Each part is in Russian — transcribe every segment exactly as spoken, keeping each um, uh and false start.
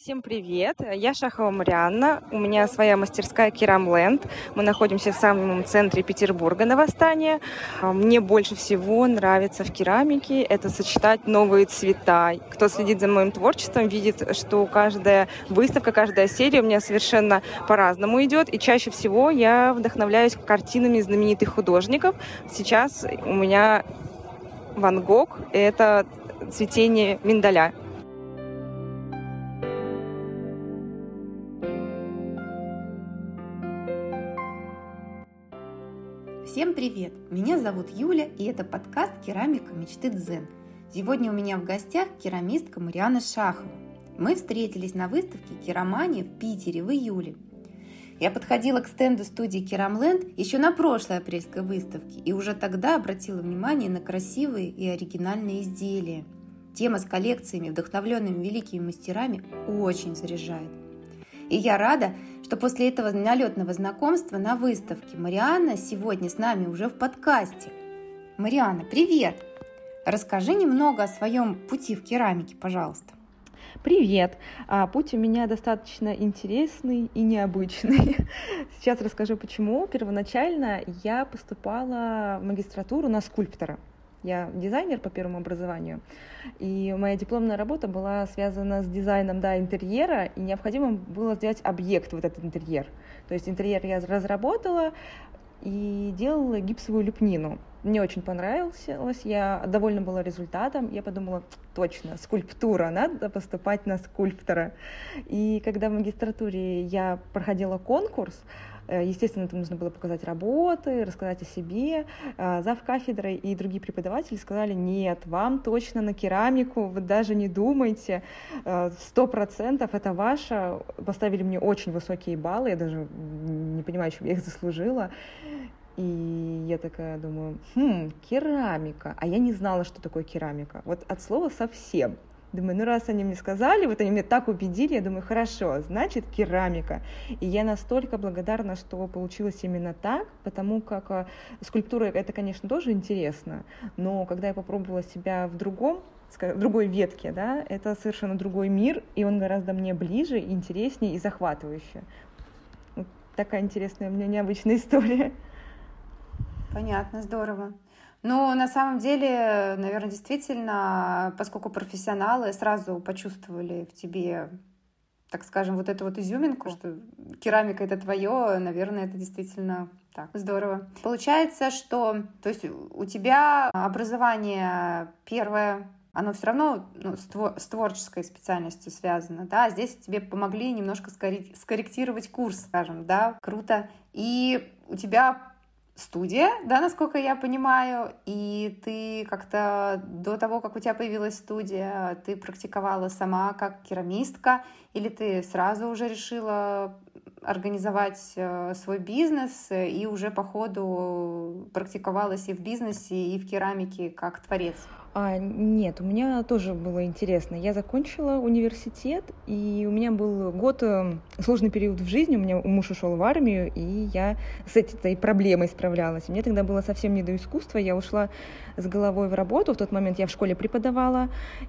Всем привет! Я Шахова Марианна. У меня своя мастерская Керамленд. Мы находимся в самом центре Петербурга на Восстания. Мне больше всего нравится в керамике это сочетать новые цвета. Кто следит за моим творчеством, видит, что каждая выставка, каждая серия у меня совершенно по-разному идет. И чаще всего я вдохновляюсь картинами знаменитых художников. Сейчас у меня Ван Гог – это цветение миндаля. Всем привет! Меня зовут Юля, и это подкаст «Керамика мечты Дзен». Сегодня у меня в гостях керамистка Марианна Шахова. Мы встретились на выставке «Керамания» в Питере в июле. Я подходила к стенду студии Керамленд еще на прошлой апрельской выставке и уже тогда обратила внимание на красивые и оригинальные изделия. Тема с коллекциями, вдохновленными великими мастерами, очень заряжает. И я рада, что после этого мимолетного знакомства на выставке Марианна сегодня с нами уже в подкасте. Марианна, привет! Расскажи немного о своем пути в керамике, пожалуйста. Привет! Путь у меня достаточно интересный и необычный. Сейчас расскажу, почему. Первоначально я поступала в магистратуру на скульптора. Я дизайнер по первому образованию, и моя дипломная работа была связана с дизайном, да, интерьера, и необходимо было сделать объект, вот этот интерьер. То есть интерьер я разработала и делала гипсовую лепнину. Мне очень понравилось, я довольна была результатом. Я подумала, точно, скульптура, надо поступать на скульптора. И когда в магистратуре я проходила конкурс, естественно, там нужно было показать работы, рассказать о себе. Завкафедрой и другие преподаватели сказали: нет, вам точно на керамику, вы даже не думайте, сто процентов это ваше. Поставили мне очень высокие баллы, я даже не понимаю, чем я их заслужила. И я такая думаю, хм, керамика. А я не знала, что такое керамика. Вот от слова совсем. Думаю, ну раз они мне сказали, вот они меня так убедили, я думаю, хорошо, значит керамика. И я настолько благодарна, что получилось именно так, потому как скульптура, это, конечно, тоже интересно, но когда я попробовала себя в другом, в другой ветке, да, это совершенно другой мир, и он гораздо мне ближе, интереснее и захватывающе. Вот такая интересная у меня необычная история. Понятно, здорово. Ну, на самом деле, наверное, действительно, поскольку профессионалы сразу почувствовали в тебе, так скажем, вот эту вот изюминку, что керамика — это твое, наверное, это действительно так здорово. Получается, что, то есть у тебя образование первое, оно все равно, ну, с, твор- с творческой специальностью связано, да, здесь тебе помогли немножко скоррек- скорректировать курс, скажем, да, круто. И у тебя студия, да, насколько я понимаю, и ты как-то до того, как у тебя появилась студия, ты практиковала сама как керамистка, или ты сразу уже решила организовать свой бизнес и уже по ходу практиковалась и в бизнесе, и в керамике как творец? А, нет, у меня тоже было интересно. Я закончила университет, и у меня был год, сложный период в жизни. У меня муж ушел в армию, и я с этой проблемой справлялась. Мне тогда было совсем не до искусства. Я ушла с головой в работу. В тот момент я в школе преподавала,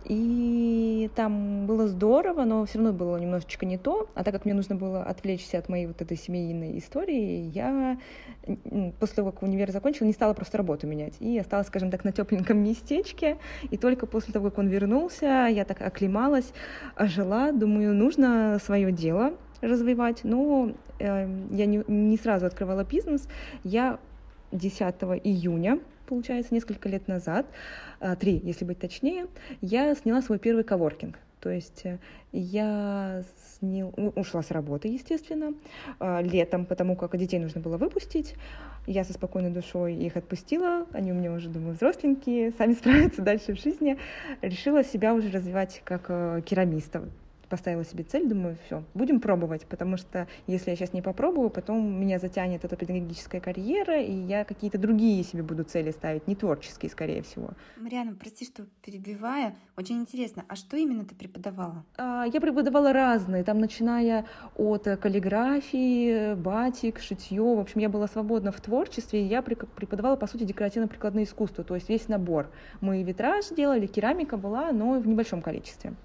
и там было здорово, но все равно было немножечко не то. А так как мне нужно было отвлечься от моей вот этой семейной истории, я после того, как универ закончила, не стала просто работу менять. И осталась, скажем так, на тепленьком местечке. И только после того, как он вернулся, я так оклемалась, ожила, думаю, нужно свое дело развивать. Но э, я не, не сразу открывала бизнес. Я десятого июня, получается, несколько лет назад, три, если быть точнее, я сняла свой первый коворкинг. То есть я снял, ушла с работы, естественно, летом, потому как детей нужно было выпустить. Я со спокойной душой их отпустила, они у меня уже, думаю, взросленькие, сами справятся дальше в жизни. Решила себя уже развивать как керамиста. Поставила себе цель, думаю, все, будем пробовать, потому что если я сейчас не попробую, потом меня затянет эта педагогическая карьера, и я какие-то другие себе буду цели ставить, не творческие, скорее всего. Марианна, прости, что перебиваю, очень интересно, а что именно ты преподавала? Я преподавала разные, там, начиная от каллиграфии, батик, шитье, в общем, я была свободна в творчестве, и я преподавала, по сути, декоративно-прикладное искусство, то есть весь набор. Мы витраж делали, керамика была, но в небольшом количестве.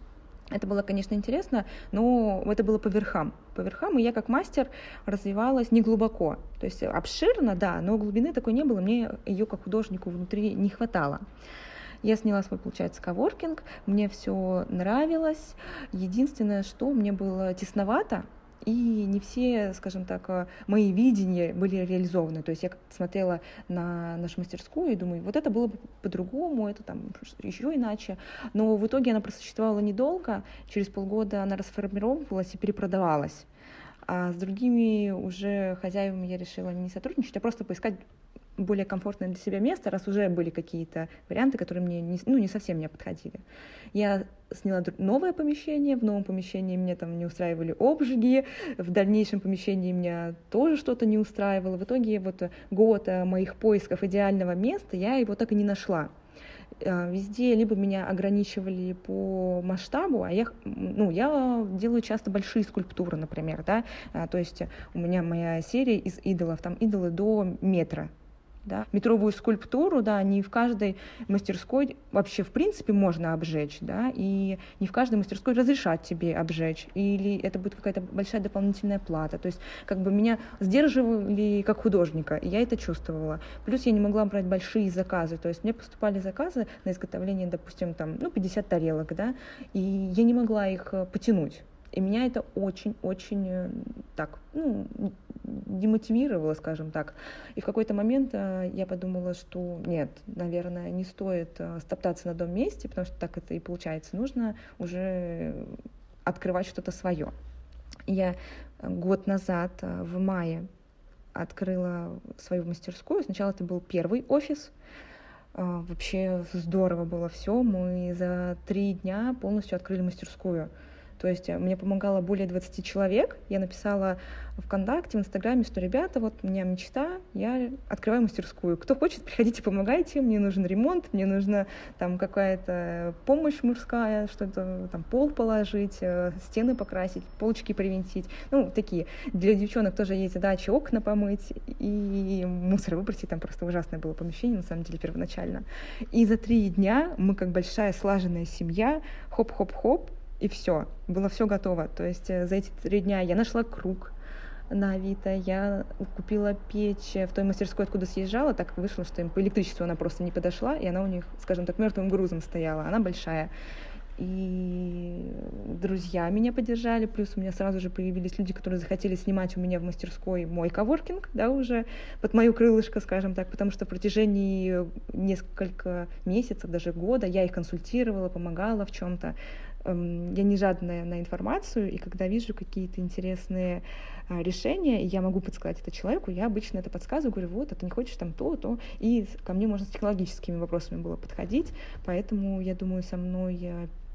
Это было, конечно, интересно, но это было по верхам. По верхам, и я как мастер развивалась не глубоко. То есть обширно, да, но глубины такой не было, мне ее как художнику внутри не хватало. Я сняла свой, получается, коворкинг, мне все нравилось. Единственное, что мне было тесновато, и не все, скажем так, мои видения были реализованы. То есть я смотрела на нашу мастерскую и думаю, вот это было бы по-другому, это там еще иначе. Но в итоге она просуществовала недолго, через полгода она расформировалась и перепродавалась. А с другими уже хозяевами я решила не сотрудничать, а просто поискать более комфортное для себя место, раз уже были какие-то варианты, которые мне не, ну, не совсем мне подходили. Я сняла новое помещение, в новом помещении меня там не устраивали обжиги, в дальнейшем помещении меня тоже что-то не устраивало. В итоге вот год моих поисков идеального места я его так и не нашла. Везде либо меня ограничивали по масштабу, а я, ну, я делаю часто большие скульптуры, например, да, то есть у меня моя серия из идолов, там идолы до метра. Да. Метровую скульптуру, да, не в каждой мастерской вообще в принципе можно обжечь, да, и не в каждой мастерской разрешат тебе обжечь, или это будет какая-то большая дополнительная плата. То есть как бы меня сдерживали как художника, и я это чувствовала. Плюс я не могла брать большие заказы, то есть мне поступали заказы на изготовление, допустим, там, ну, пятьдесят тарелок, да, и я не могла их потянуть. И меня это очень-очень так, ну, демотивировало, скажем так. И в какой-то момент я подумала, что нет, наверное, не стоит стоптаться на одном месте, потому что так это и получается. Нужно уже открывать что-то свое. Я год назад, в мае, открыла свою мастерскую. Сначала это был первый офис. Вообще здорово было все. Мы за три дня полностью открыли мастерскую. То есть мне помогало более двадцати человек. Я написала ВКонтакте, в Инстаграме, что, ребята, вот у меня мечта, я открываю мастерскую. Кто хочет, приходите, помогайте. Мне нужен ремонт, мне нужна там какая-то помощь мужская, что-то там пол положить, стены покрасить, полочки привинтить. Ну, такие. Для девчонок тоже есть задача окна помыть и мусор выбросить. Там просто ужасное было помещение, на самом деле, первоначально. И за три дня мы, как большая слаженная семья, хоп-хоп-хоп, и все, было все готово. То есть за эти три дня я нашла круг на Авито, я купила печь в той мастерской, откуда съезжала, так вышло, что им по электричеству она просто не подошла, и она у них, скажем так, мертвым грузом стояла, она большая. И друзья меня поддержали, плюс у меня сразу же появились люди, которые захотели снимать у меня в мастерской мой коворкинг, да, уже под мое крылышко, скажем так, потому что в протяжении нескольких месяцев, даже года я их консультировала, помогала в чем-то. Я не жадная на информацию, и когда вижу какие-то интересные решения, и я могу подсказать это человеку, я обычно это подсказываю, говорю, вот, а ты не хочешь там то, то, и ко мне можно с технологическими вопросами было подходить, поэтому, я думаю, со мной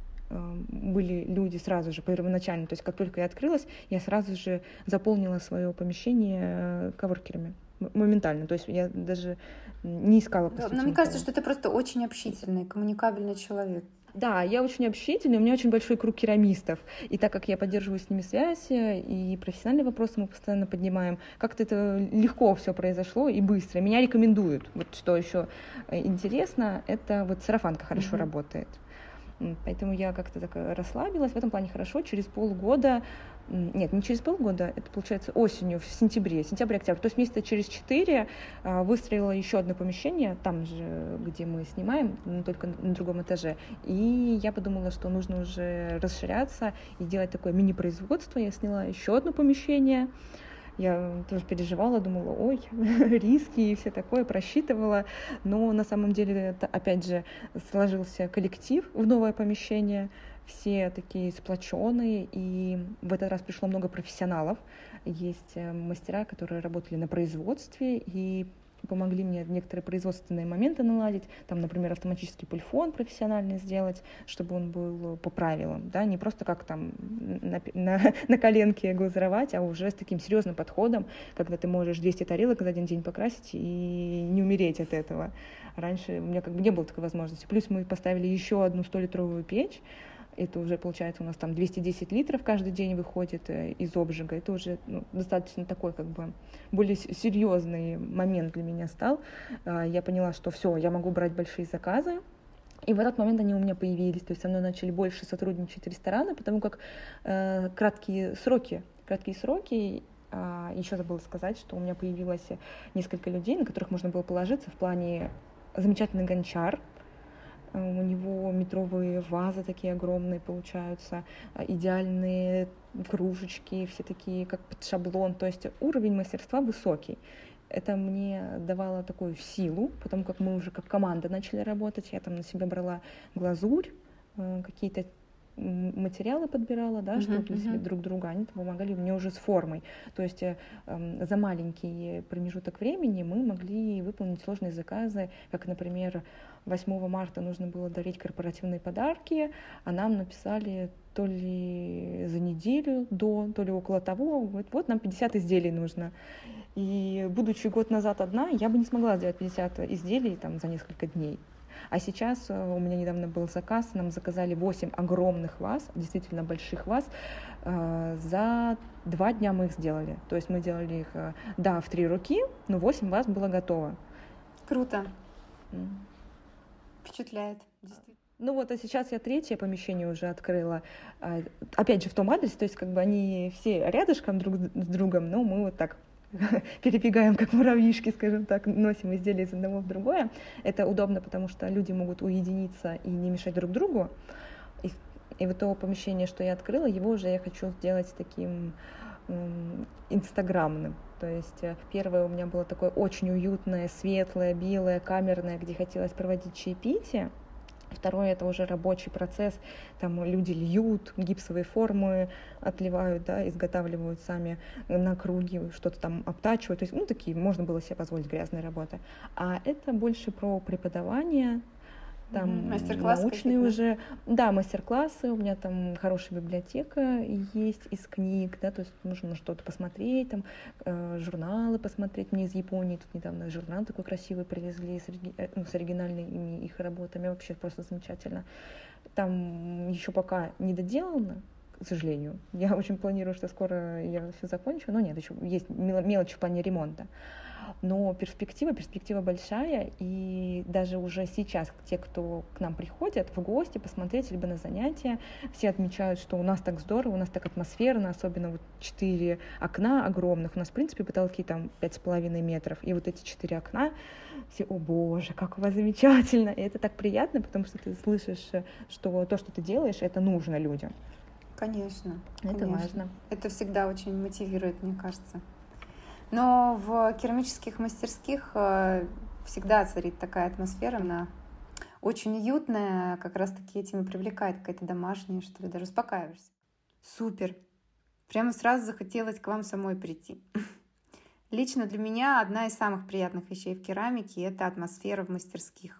были люди сразу же, первоначально, то есть как только я открылась, я сразу же заполнила свое помещение коворкерами моментально, то есть я даже не искала. Да, но мне кажется, что ты просто очень общительный, коммуникабельный человек. Да, я очень общительная, у меня очень большой круг керамистов, и так как я поддерживаю с ними связь, и профессиональные вопросы мы постоянно поднимаем, как-то это легко все произошло и быстро. Меня рекомендуют. Вот что еще интересно, это вот сарафанка хорошо mm-hmm. работает. Поэтому я как-то так расслабилась, в этом плане хорошо. Через полгода, нет, не через полгода, это получается осенью, в сентябре, сентябрь-октябрь, то есть месяца через четыре выстроила еще одно помещение, там же, где мы снимаем, но только на другом этаже. И я подумала, что нужно уже расширяться и делать такое мини-производство. Я сняла еще одно помещение. Я тоже переживала, думала, ой, риски и все такое, просчитывала. Но на самом деле, это, опять же, сложился коллектив в новое помещение. Все такие сплоченные, и в этот раз пришло много профессионалов. Есть мастера, которые работали на производстве и помогли мне некоторые производственные моменты наладить, там, например, автоматический пульфон профессиональный сделать, чтобы он был по правилам, да, не просто как там на, на, на коленке глазировать, а уже с таким серьезным подходом, когда ты можешь двести тарелок за один день покрасить и не умереть от этого. Раньше у меня как бы не было такой возможности. Плюс мы поставили еще одну столитровую печь. Это уже, получается, у нас там двести десять литров каждый день выходит из обжига. Это уже ну, достаточно такой, как бы, более серьезный момент для меня стал. Я поняла, что все, я могу брать большие заказы. И в этот момент они у меня появились, то есть со мной начали больше сотрудничать рестораны, потому как э, краткие сроки, краткие сроки, э, еще забыла сказать, что у меня появилось несколько людей, на которых можно было положиться в плане замечательный гончар. У него метровые вазы такие огромные получаются, идеальные кружечки, все такие как под шаблон, то есть уровень мастерства высокий. Это мне давало такую силу, потому как мы уже как команда начали работать. Я там на себя брала глазурь, какие-то материалы подбирала, да, uh-huh, чтобы для uh-huh. себя друг друга, они помогали мне уже с формой. То есть э, за маленький промежуток времени мы могли выполнить сложные заказы, как, например, восьмого марта нужно было дарить корпоративные подарки, а нам написали то ли за неделю до, то ли около того, вот, вот нам пятьдесят изделий нужно. И будучи год назад одна, я бы не смогла сделать пятьдесят изделий там, за несколько дней. А сейчас у меня недавно был заказ, нам заказали восемь огромных ваз, действительно больших ваз, за два дня мы их сделали. То есть мы делали их, да, в три руки, но восемь ваз было готово. Круто. Mm. Впечатляет, действительно. Ну вот, а сейчас я третье помещение уже открыла, опять же в том адресе, то есть как бы они все рядышком друг с другом, но мы вот так перебегаем, как муравьишки, скажем так, носим изделия из одного в другое. Это удобно, потому что люди могут уединиться и не мешать друг другу. И, и вот то помещение, что я открыла, его уже я хочу сделать таким м, инстаграмным. То есть первое у меня было такое очень уютное, светлое, белое, камерное, где хотелось проводить чаепитие. Второе — это уже рабочий процесс, там люди льют, гипсовые формы отливают, да, изготавливают сами на круги, что-то там обтачивают, то есть, ну, такие, можно было себе позволить грязные работы. А это больше про преподавание, там mm-hmm. научные уже, да, мастер-классы, у меня там хорошая библиотека есть из книг, да, то есть нужно что-то посмотреть, там э, журналы посмотреть, мне из Японии тут недавно журнал такой красивый привезли с, ну, с оригинальными их работами, вообще просто замечательно. Там еще пока не доделано, к сожалению, я очень планирую, что скоро я все закончу, но нет, еще есть мелочи в плане ремонта. Но перспектива, перспектива большая, и даже уже сейчас те, кто к нам приходят в гости посмотреть либо на занятия, все отмечают, что у нас так здорово, у нас так атмосферно, особенно вот четыре окна огромных, у нас в принципе потолки там пять с половиной метров, и вот эти четыре окна, все, о боже, как у вас замечательно, и это так приятно, потому что ты слышишь, что то, что ты делаешь, это нужно людям. Конечно. Это конечно. важно. Это всегда очень мотивирует, мне кажется. Но в керамических мастерских всегда царит такая атмосфера, она очень уютная, как раз-таки этим и привлекает, какая-то домашняя, что ли, даже успокаиваешься. Супер! Прямо сразу захотелось к вам самой прийти. Лично для меня одна из самых приятных вещей в керамике — это атмосфера в мастерских.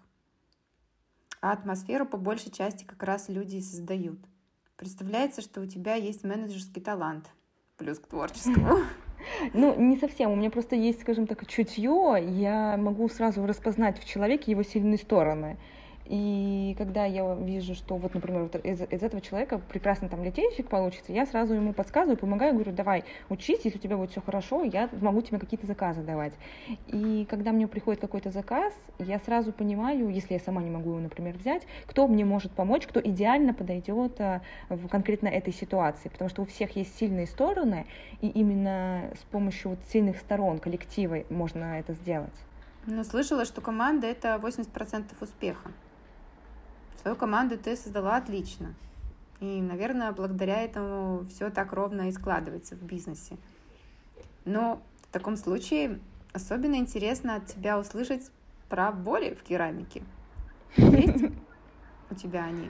А атмосферу по большей части как раз люди и создают. Представляется, что у тебя есть менеджерский талант, плюс к творческому. Ну, не совсем. У меня просто есть, скажем так, чутье. Я могу сразу распознать в человеке его сильные стороны. И когда я вижу, что вот, например, вот из, из этого человека прекрасный там литейщик получится, я сразу ему подсказываю, помогаю, говорю, давай, учись, если у тебя будет все хорошо, я могу тебе какие-то заказы давать. И когда мне приходит какой-то заказ, я сразу понимаю, если я сама не могу его, например, взять, кто мне может помочь, кто идеально подойдет в конкретно этой ситуации, потому что у всех есть сильные стороны, и именно с помощью вот сильных сторон коллектива можно это сделать. Ну, слышала, что команда — это восемьдесят процентов успеха. Свою команду ты создала отлично. И, наверное, благодаря этому все так ровно и складывается в бизнесе. Но в таком случае особенно интересно от тебя услышать про боли в керамике. Есть у тебя они?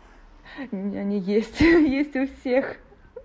Они есть, есть у всех.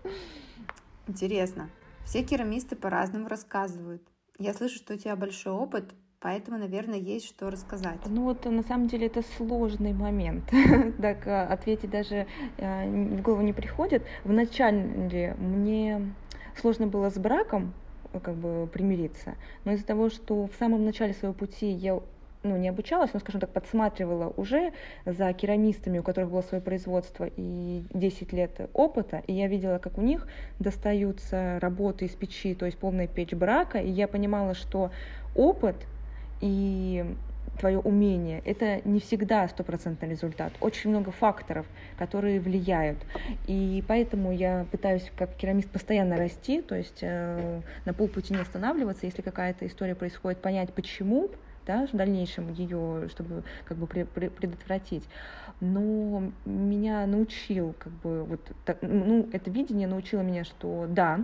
Интересно. Все керамисты по-разному рассказывают. Я слышу, что у тебя большой опыт, поэтому, наверное, есть что рассказать. Ну вот, на самом деле, это сложный момент. Так ответить даже в голову не приходит. Вначале мне сложно было с браком как бы примириться, но из-за того, что в самом начале своего пути я ну, не обучалась, но, скажем так, подсматривала уже за керамистами, у которых было свое производство и десять лет опыта, и я видела, как у них достаются работы из печи, то есть полная печь брака, и я понимала, что опыт и твое умение. Это не всегда стопроцентный результат. Очень много факторов, которые влияют. И поэтому я пытаюсь как керамист постоянно расти, то есть э, на полпути не останавливаться. Если какая-то история происходит, понять почему, да, в дальнейшем ее, чтобы как бы предотвратить. Но меня научил, как бы, вот, так, ну, это видение научило меня, что да,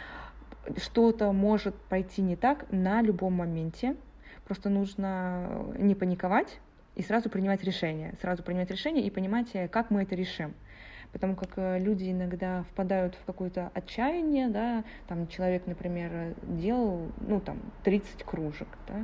что-то может пойти не так на любом моменте. Просто нужно не паниковать и сразу принимать решение. Сразу принимать решение и понимать, как мы это решим. Потому как люди иногда впадают в какое-то отчаяние, да, там человек, например, делал, ну, там, тридцать кружек, да,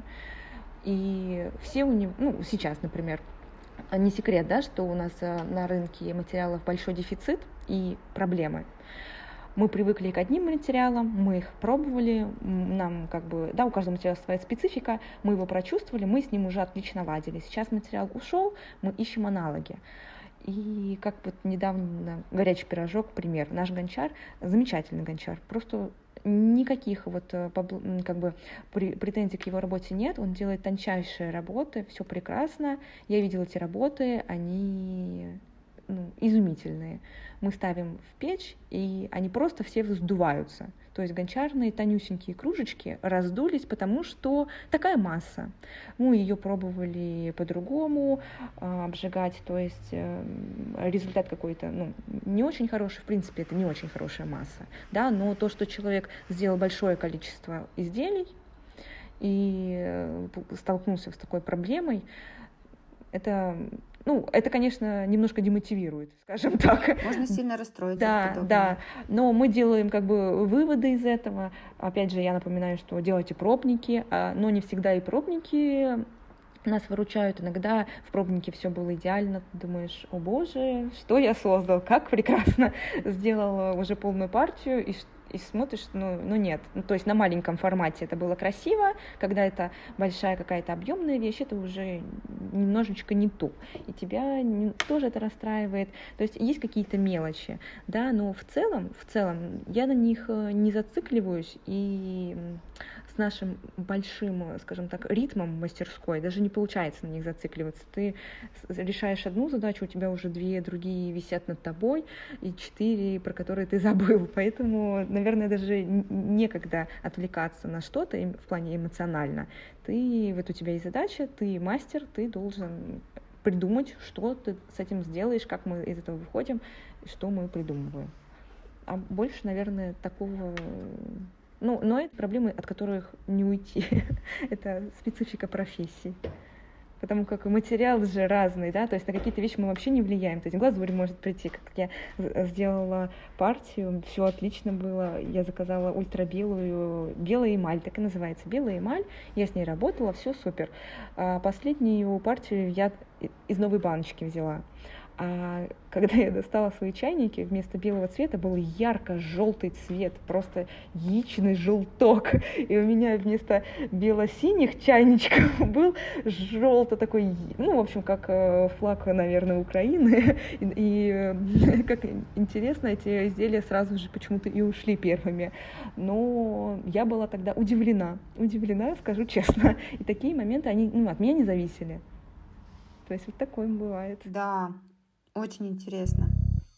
и все у него, ну, сейчас, например, не секрет, да, что у нас на рынке материалов большой дефицит и проблемы. Мы привыкли к одним материалам, мы их пробовали, нам как бы, да, у каждого материала своя специфика, мы его прочувствовали, мы с ним уже отлично ладили. Сейчас материал ушел, мы ищем аналоги. И как вот недавно горячий пирожок, пример, наш гончар, замечательный гончар, просто никаких вот как бы претензий к его работе нет, он делает тончайшие работы, все прекрасно, я видела эти работы, они, ну, изумительные. Мы ставим в печь, и они просто все вздуваются. То есть гончарные тонюсенькие кружечки раздулись, потому что такая масса. Мы ее пробовали по-другому э, обжигать, то есть э, результат какой-то, ну, не очень хороший, в принципе, это не очень хорошая масса, да, но то, что человек сделал большое количество изделий и э, столкнулся с такой проблемой, это... Ну, это, конечно, немножко демотивирует, скажем так. Можно сильно расстроиться. Да, да. Но мы делаем как бы выводы из этого. Опять же, я напоминаю, что делайте пробники, но не всегда и пробники нас выручают. Иногда в пробнике все было идеально. Ты думаешь, о боже, что я создал, как прекрасно сделал уже полную партию, и и смотришь, ну, ну нет. Ну, то есть на маленьком формате это было красиво, когда это большая какая-то объемная вещь, это уже немножечко не то. И тебя не, тоже это расстраивает. То есть есть какие-то мелочи, да, но в целом, в целом я на них не зацикливаюсь, и с нашим большим, скажем так, ритмом мастерской даже не получается на них зацикливаться. Ты решаешь одну задачу, у тебя уже две другие висят над тобой, и четыре, про которые ты забыл. Поэтому, наверное, даже некогда отвлекаться на что-то в плане эмоционально. Ты, вот у тебя есть задача, ты мастер, ты должен придумать, что ты с этим сделаешь, как мы из этого выходим, что мы придумываем. А больше, наверное, такого... Ну, но это проблемы, от которых не уйти. Это специфика профессии. Потому как материал же разный, да, то есть на какие-то вещи мы вообще не влияем. То есть глазурь может прийти, как я сделала партию, все отлично было, я заказала ультрабелую, белая эмаль, так и называется, белая эмаль, я с ней работала, все супер. А последнюю партию я из новой баночки взяла. А когда я достала свои чайники, вместо белого цвета был ярко-желтый цвет, просто яичный желток. И у меня вместо бело-синих чайничков был желто такой, ну, в общем, как флаг, наверное, Украины. И, и как интересно, эти изделия сразу же почему-то и ушли первыми. Но я была тогда удивлена, удивлена, скажу честно. И такие моменты, они, ну, от меня не зависели. То есть вот такое бывает. Да. Очень интересно.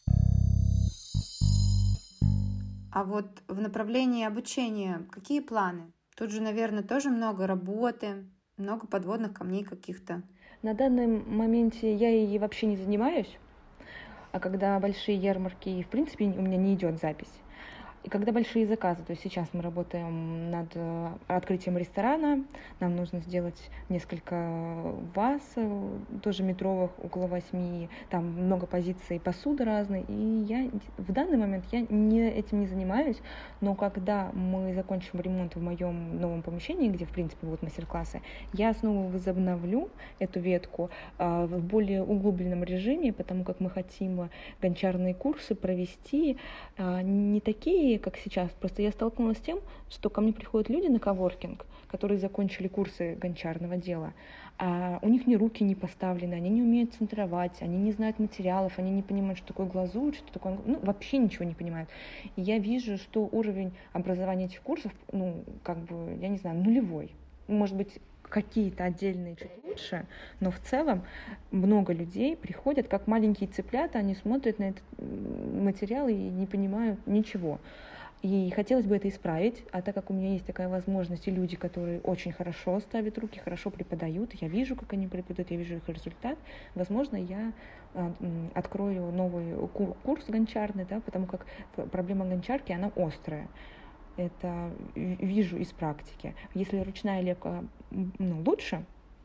А вот в направлении обучения какие планы? Тут же, наверное, тоже много работы, много подводных камней каких-то. На данном моменте я и вообще не занимаюсь, а когда большие ярмарки, в принципе, у меня не идет запись. И когда большие заказы, то есть сейчас мы работаем над открытием ресторана, нам нужно сделать несколько ваз, тоже метровых, около восьми, там много позиций посуды разной, и я в данный момент я не, этим не занимаюсь, но когда мы закончим ремонт в моем новом помещении, где, в принципе, будут мастер-классы, я снова возобновлю эту ветку а, в более углубленном режиме, потому как мы хотим гончарные курсы провести, а, не такие, как сейчас. Просто я столкнулась с тем, что ко мне приходят люди на коворкинг, которые закончили курсы гончарного дела, а у них ни руки не поставлены, они не умеют центровать, они не знают материалов, они не понимают, что такое глазурь, что такое... Ну, вообще ничего не понимают. И я вижу, что уровень образования этих курсов, ну, как бы, я не знаю, нулевой. Может быть, какие-то отдельные чуть лучше, но в целом много людей приходят как маленькие цыплята, они смотрят на этот материал и не понимают ничего. И хотелось бы это исправить, а так как у меня есть такая возможность, и люди, которые очень хорошо ставят руки, хорошо преподают, я вижу, как они преподают, я вижу их результат, возможно, я открою новый курс гончарный, да, потому как проблема гончарки, она острая. Это вижу из практики. Если ручная лепка, ну, лучше,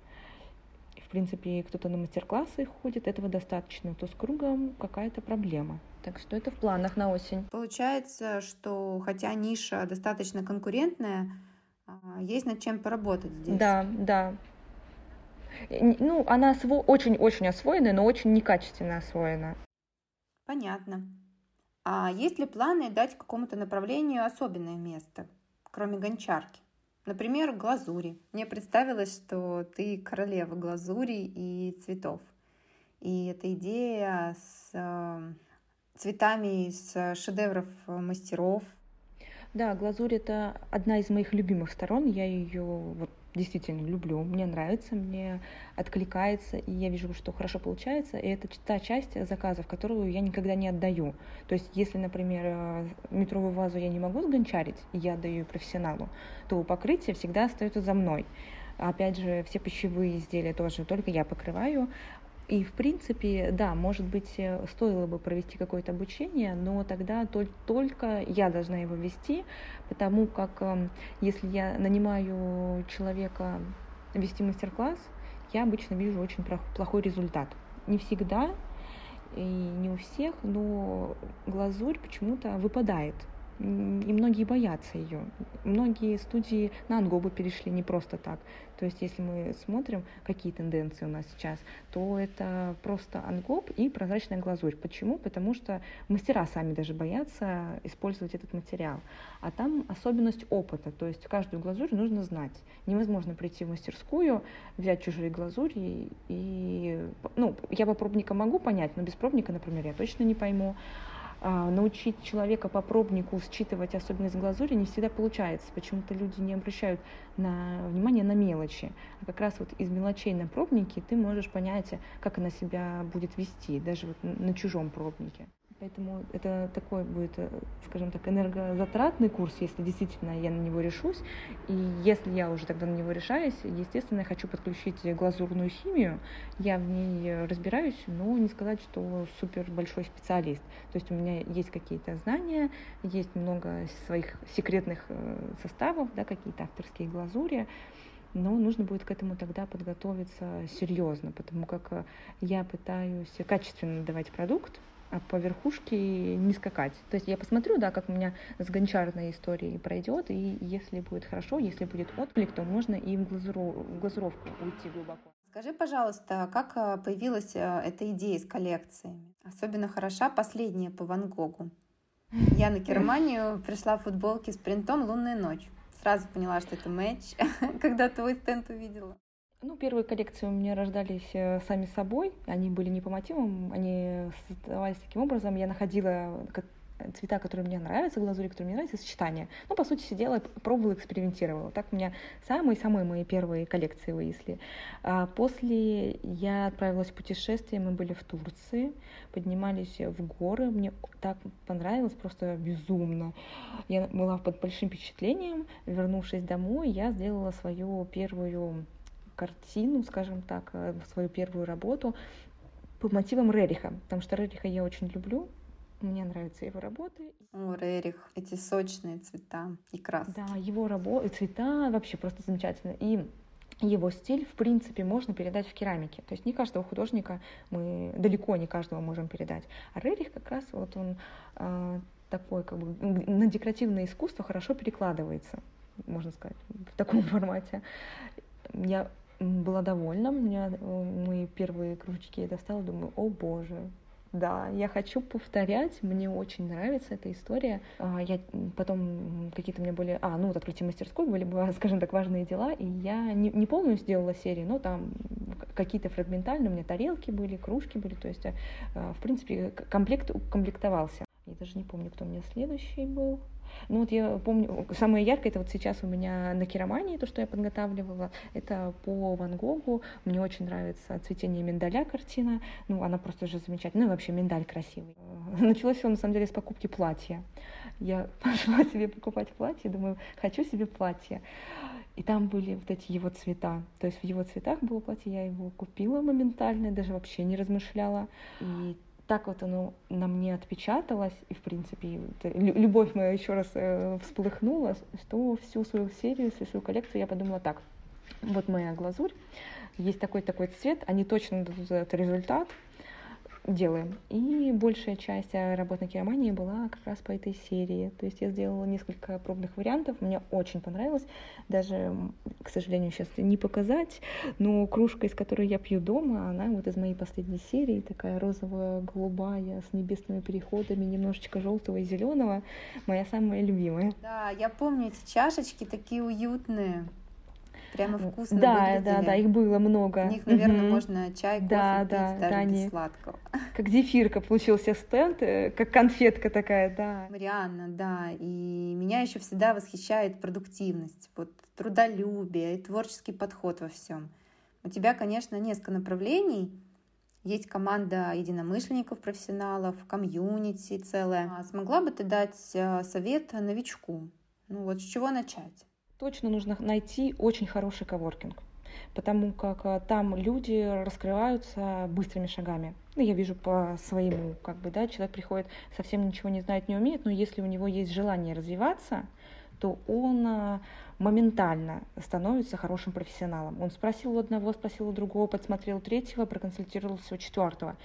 в принципе, кто-то на мастер-классы ходит, этого достаточно, то с кругом какая-то проблема. Так что это в планах на осень. Получается, что хотя ниша достаточно конкурентная, есть над чем поработать здесь. Да, да. Ну, она осво... очень-очень освоена, но очень некачественно освоена. Понятно. А есть ли планы дать какому-то направлению особенное место, кроме гончарки? Например, глазури. Мне представилось, что ты королева глазурей и цветов. И эта идея с цветами из шедевров мастеров. Да, глазурь — это одна из моих любимых сторон. Я ее вот действительно люблю, мне нравится, мне откликается, и я вижу, что хорошо получается. И это та часть заказов, которую я никогда не отдаю. То есть, если, например, метровую вазу я не могу сгончарить, и я отдаю ее профессионалу, то покрытие всегда остается за мной. Опять же, все пищевые изделия тоже только я покрываю. И, в принципе, да, может быть, стоило бы провести какое-то обучение, но тогда только я должна его вести, потому как если я нанимаю человека вести мастер-класс, я обычно вижу очень плохой результат. Не всегда и не у всех, но глазурь почему-то выпадает. И многие боятся ее. Многие студии на ангобы перешли не просто так. То есть, если мы смотрим, какие тенденции у нас сейчас, то это просто ангоб и прозрачная глазурь. Почему? Потому что мастера сами даже боятся использовать этот материал. А там особенность опыта. То есть, каждую глазурь нужно знать. Невозможно прийти в мастерскую, взять чужие глазури и... Ну, я по пробникам могу понять, но без пробника, например, я точно не пойму. Научить человека по пробнику считывать особенность глазури не всегда получается. Почему-то люди не обращают на внимание на мелочи. А как раз вот из мелочей на пробнике ты можешь понять, как она себя будет вести, даже вот на чужом пробнике. Поэтому это такой будет, скажем так, энергозатратный курс, если действительно я на него решусь. И если я уже тогда на него решаюсь, естественно, я хочу подключить глазурную химию. Я в ней разбираюсь, но не сказать, что супер большой специалист. То есть у меня есть какие-то знания, есть много своих секретных составов, да, какие-то авторские глазури. Но нужно будет к этому тогда подготовиться серьезно, потому как я пытаюсь качественно давать продукт, а по верхушке не скакать. То есть я посмотрю, да, как у меня с гончарной историей пройдет, и если будет хорошо, если будет отклик, то можно и в, глазуру, в глазуровку уйти глубоко. Скажи, пожалуйста, как появилась эта идея с коллекциями? Особенно хороша последняя по Ван Гогу. Я на Германию пришла в футболке с принтом «Лунная ночь». Сразу поняла, что это матч, когда твой стенд увидела. Ну, первые коллекции у меня рождались сами собой, они были не по мотивам, они создавались таким образом, я находила цвета, которые мне нравятся, глазури, которые мне нравятся, сочетания. Ну, по сути, сидела, пробовала, экспериментировала. Так у меня самые-самые мои первые коллекции выясли. А после я отправилась в путешествие, мы были в Турции, поднимались в горы, мне так понравилось, просто безумно. Я была под большим впечатлением, вернувшись домой, я сделала свою первую картину, скажем так, свою первую работу по мотивам Рериха, потому что Рериха я очень люблю, мне нравятся его работы. О, Рерих, эти сочные цвета и краски. Да, его работы, цвета вообще просто замечательно. И его стиль, в принципе, можно передать в керамике. То есть не каждого художника мы, далеко не каждого можем передать. А Рерих как раз вот он э, такой, как бы, на декоративное искусство хорошо перекладывается, можно сказать, в таком формате. Я была довольна, у меня мои первые кружечки я достала, думаю, о боже, да, я хочу повторять, мне очень нравится эта история. Я потом какие-то у меня были, а, ну вот открытие мастерской были, скажем так, важные дела, и я не, не полную сделала серию, но там какие-то фрагментальные, у меня тарелки были, кружки были, то есть, в принципе, комплект укомплектовался. Я даже не помню, кто у меня следующий был. Ну вот я помню, самое яркое, это вот сейчас у меня на керамании, то, что я подготавливала, это по Ван Гогу. Мне очень нравится «Цветение миндаля» картина, ну она просто же замечательная, ну и вообще миндаль красивый. Началось все на самом деле с покупки платья. Я пошла себе покупать платье, думаю, хочу себе платье. И там были вот эти его цвета. То есть в его цветах было платье, я его купила моментально, даже вообще не размышляла. И так вот оно на мне отпечаталось, и, в принципе, любовь моя еще раз э, всполыхнула, что всю свою серию, всю свою коллекцию я подумала так, вот моя глазурь, есть такой-такой цвет, они точно дадут этот результат, делаем. И большая часть работ на керамании была как раз по этой серии. То есть я сделала несколько пробных вариантов, мне очень понравилось. Даже, к сожалению, сейчас не показать, но кружка, из которой я пью дома, она вот из моей последней серии, такая розовая, голубая, с небесными переходами, немножечко желтого и зеленого, моя самая любимая. Да, я помню эти чашечки, такие уютные. Прямо вкусно да, выглядели. Да, да, их было много. В них, наверное, угу. можно чай, кофе да, пить, да, даже да, без они... сладкого. Как зефирка получился стенд, как конфетка такая, да. Марианна, да, и меня еще всегда восхищает продуктивность, вот трудолюбие и творческий подход во всем. У тебя, конечно, несколько направлений. Есть команда единомышленников, профессионалов, комьюнити целая. А смогла бы ты дать совет новичку? Ну вот с чего начать? Точно нужно найти очень хороший коворкинг, потому как там люди раскрываются быстрыми шагами. Ну, я вижу по своему, как бы, да, человек приходит, совсем ничего не знает, не умеет, но если у него есть желание развиваться, то он моментально становится хорошим профессионалом. Он спросил у одного, спросил у другого, подсмотрел у третьего, проконсультировался у четвертого.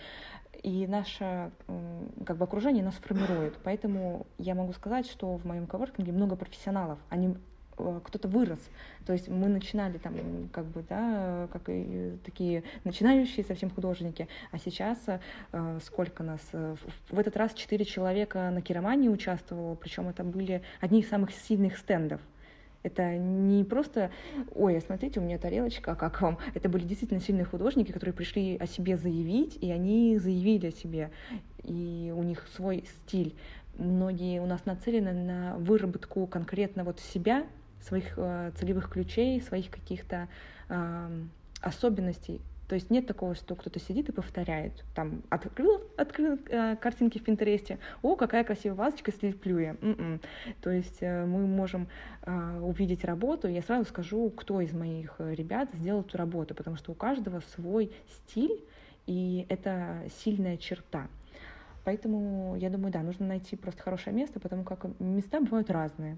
И наше, как бы, окружение нас формирует. Поэтому я могу сказать, что в моем коворкинге много профессионалов. Они кто-то вырос, то есть мы начинали там, как бы, да, как и такие начинающие совсем художники, а сейчас э, сколько нас, в этот раз четыре человека на керамании участвовало, причем это были одни из самых сильных стендов. Это не просто, ой, смотрите, у меня тарелочка, а как вам? Это были действительно сильные художники, которые пришли о себе заявить, и они заявили о себе, и у них свой стиль. Многие у нас нацелены на выработку конкретно вот себя, своих э, целевых ключей, своих каких-то э, особенностей. То есть нет такого, что кто-то сидит и повторяет. Там открыл, открыл э, картинки в Пинтересте, о, какая красивая вазочка, слеплю я. м-м. То есть э, мы можем э, увидеть работу, и я сразу скажу, кто из моих ребят сделал эту работу, потому что у каждого свой стиль, и это сильная черта. Поэтому, я думаю, да, нужно найти просто хорошее место, потому как места бывают разные.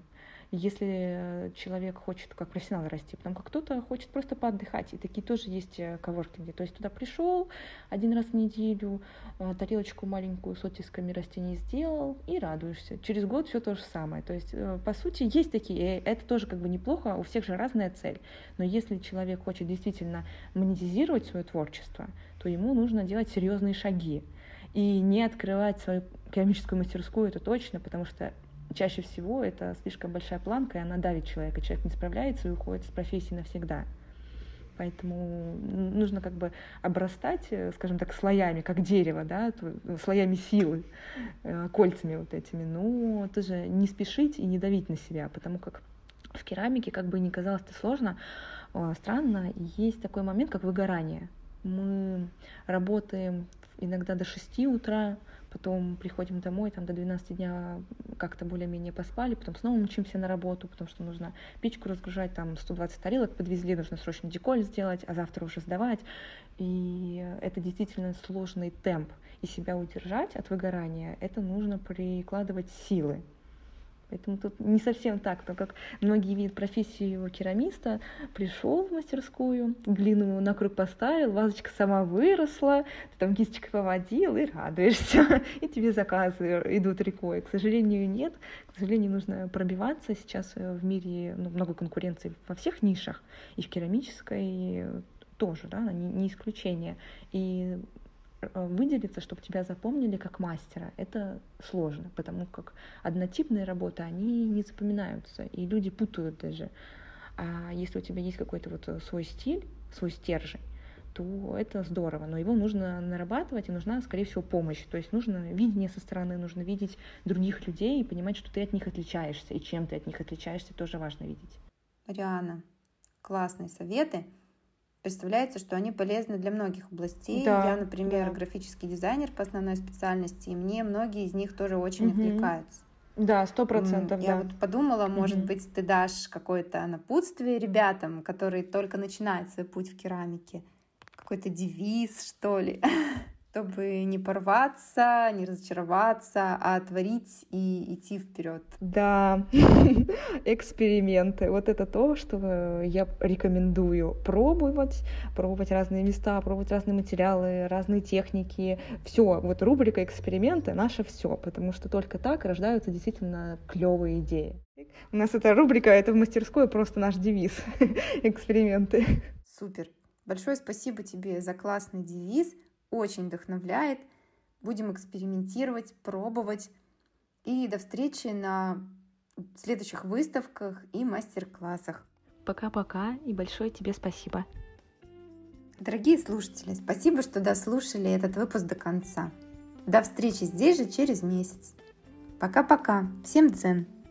Если человек хочет как профессионал расти, потому как кто-то хочет просто поотдыхать, и такие тоже есть коворкинги. То есть туда пришел один раз в неделю, тарелочку маленькую с оттисками растений сделал и радуешься. Через год все то же самое. То есть, по сути, есть такие, и это тоже как бы неплохо, у всех же разная цель. Но если человек хочет действительно монетизировать свое творчество, то ему нужно делать серьезные шаги. И не открывать свою керамическую мастерскую, это точно, потому что чаще всего это слишком большая планка, и она давит человека. Человек не справляется и уходит с профессии навсегда. Поэтому нужно как бы обрастать, скажем так, слоями, как дерево, да, слоями силы, кольцами вот этими. Но тоже не спешить и не давить на себя, потому как в керамике, как бы ни казалось это сложно, странно, есть такой момент, как выгорание. Мы работаем иногда до шести утра, потом приходим домой, там до двенадцати дня как-то более-менее поспали, потом снова мчимся на работу, потому что нужно печку разгружать, там сто двадцать тарелок подвезли, нужно срочно деколь сделать, а завтра уже сдавать. И это действительно сложный темп. И себя удержать от выгорания, это нужно прикладывать силы. Поэтому тут не совсем так, но как многие видят профессию керамиста, пришел в мастерскую, глину на круг поставил, вазочка сама выросла, ты там кисточкой поводил и радуешься, и тебе заказы идут рекой. К сожалению, нет. К сожалению, нужно пробиваться. Сейчас в мире, ну, много конкуренции во всех нишах, и в керамической тоже, да, не, не исключение. И выделиться, чтобы тебя запомнили как мастера, это сложно, потому как однотипные работы, они не запоминаются, и люди путают даже. А если у тебя есть какой-то вот свой стиль, свой стержень, то это здорово, но его нужно нарабатывать, и нужна, скорее всего, помощь. То есть нужно видение со стороны, нужно видеть других людей и понимать, что ты от них отличаешься, и чем ты от них отличаешься, тоже важно видеть. Марианна, классные советы. Представляется, что они полезны для многих областей. Да, Я, например, да. графический дизайнер по основной специальности, и мне многие из них тоже очень Мгм. откликаются. Да, сто М, процентов, Я да. вот подумала, может Мгм. быть, ты дашь какое-то напутствие ребятам, которые только начинают свой путь в керамике. Какой-то девиз, что ли, чтобы не порваться, не разочароваться, а творить и идти вперед. Да, эксперименты. Вот это то, что я рекомендую пробовать, пробовать разные места, пробовать разные материалы, разные техники. Все, вот рубрика эксперименты наше все, потому что только так рождаются действительно клевые идеи. У нас эта рубрика, это в мастерской просто наш девиз. Эксперименты. Супер. Большое спасибо тебе за классный девиз. Очень вдохновляет. Будем экспериментировать, пробовать. И до встречи на следующих выставках и мастер-классах. Пока-пока и большое тебе спасибо. Дорогие слушатели, спасибо, что дослушали этот выпуск до конца. До встречи здесь же через месяц. Пока-пока. Всем дзен.